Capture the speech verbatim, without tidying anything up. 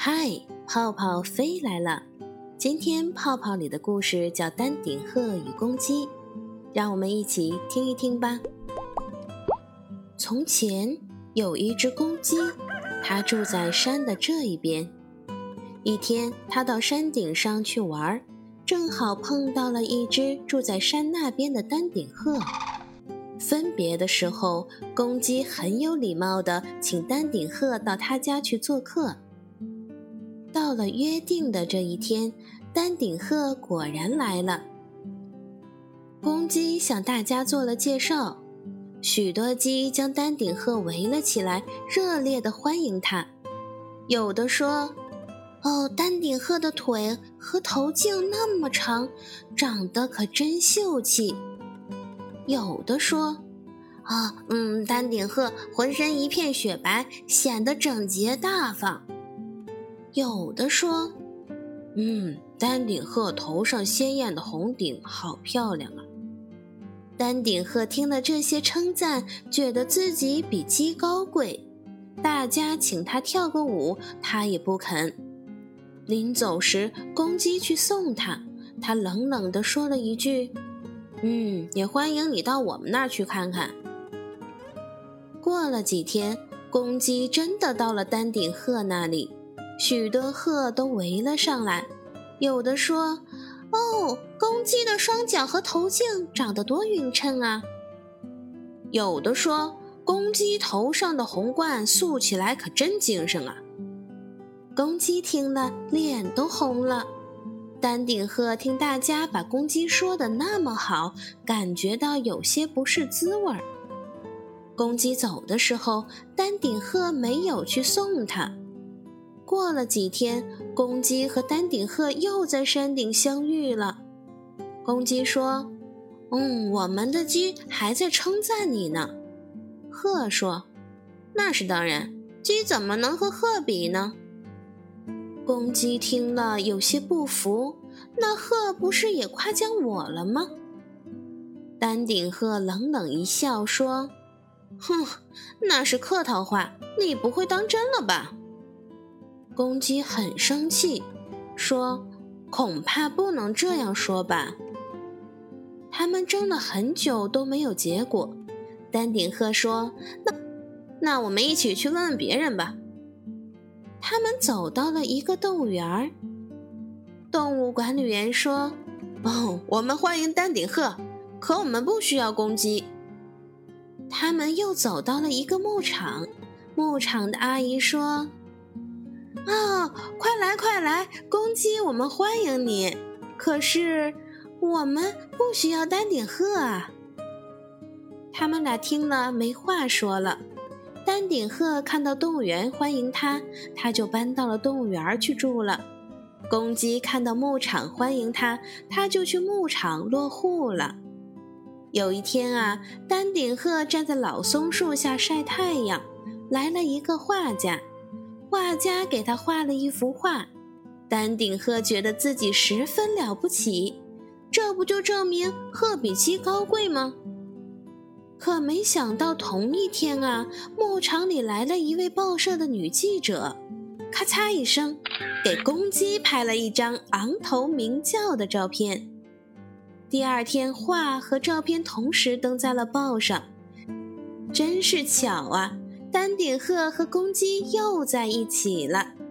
嗨，泡泡飞来了。今天泡泡里的故事叫丹顶鹤与公鸡，让我们一起听一听吧。从前有一只公鸡，它住在山的这一边。一天，它到山顶上去玩，正好碰到了一只住在山那边的丹顶鹤。分别的时候，公鸡很有礼貌地请丹顶鹤到他家去做客。到了约定的这一天，丹顶鹤果然来了。公鸡向大家做了介绍，许多鸡将丹顶鹤围了起来，热烈地欢迎它。有的说：哦，丹顶鹤的腿和头颈那么长，长得可真秀气。有的说：啊，嗯，丹顶鹤浑身一片雪白，显得整洁大方。有的说：嗯，丹顶鹤头上鲜艳的红顶好漂亮啊。丹顶鹤听了这些称赞，觉得自己比鸡高贵，大家请他跳个舞，他也不肯。临走时，公鸡去送他，他冷冷地说了一句：嗯，也欢迎你到我们那儿去看看。过了几天，公鸡真的到了丹顶鹤那里，许多鹤都围了上来。有的说：哦，公鸡的双脚和头颈长得多匀称啊。有的说：公鸡头上的红冠竖起来可真精神啊。公鸡听了，脸都红了。丹顶鹤听大家把公鸡说得那么好，感觉到有些不是滋味儿。公鸡走的时候，丹顶鹤没有去送它。过了几天，公鸡和丹顶鹤又在山顶相遇了。公鸡说：嗯，我们的鸡还在称赞你呢。鹤说：那是当然，鸡怎么能和鹤比呢？公鸡听了有些不服，那鹤不是也夸奖我了吗？丹顶鹤冷冷一笑说：哼，那是客套话，你不会当真了吧？公鸡很生气，说：恐怕不能这样说吧。他们争了很久都没有结果。丹顶鹤说：那那我们一起去问问别人吧。他们走到了一个动物园，动物管理员说：哦，我们欢迎丹顶鹤，可我们不需要公鸡。他们又走到了一个牧场，牧场的阿姨说：啊、哦，快来快来，公鸡我们欢迎你，可是我们不需要丹顶鹤啊。他们俩听了没话说了。丹顶鹤看到动物园欢迎他，他就搬到了动物园去住了。公鸡看到牧场欢迎他，他就去牧场落户了。有一天啊，丹顶鹤站在老松树下晒太阳，来了一个画家，画家给他画了一幅画。丹顶鹤觉得自己十分了不起，这不就证明鹤比鸡高贵吗？可没想到同一天啊，牧场里来了一位报社的女记者，咔嚓一声，给公鸡拍了一张昂头鸣叫的照片。第二天，画和照片同时登在了报上。真是巧啊，丹顶鹤和公鸡又在一起了。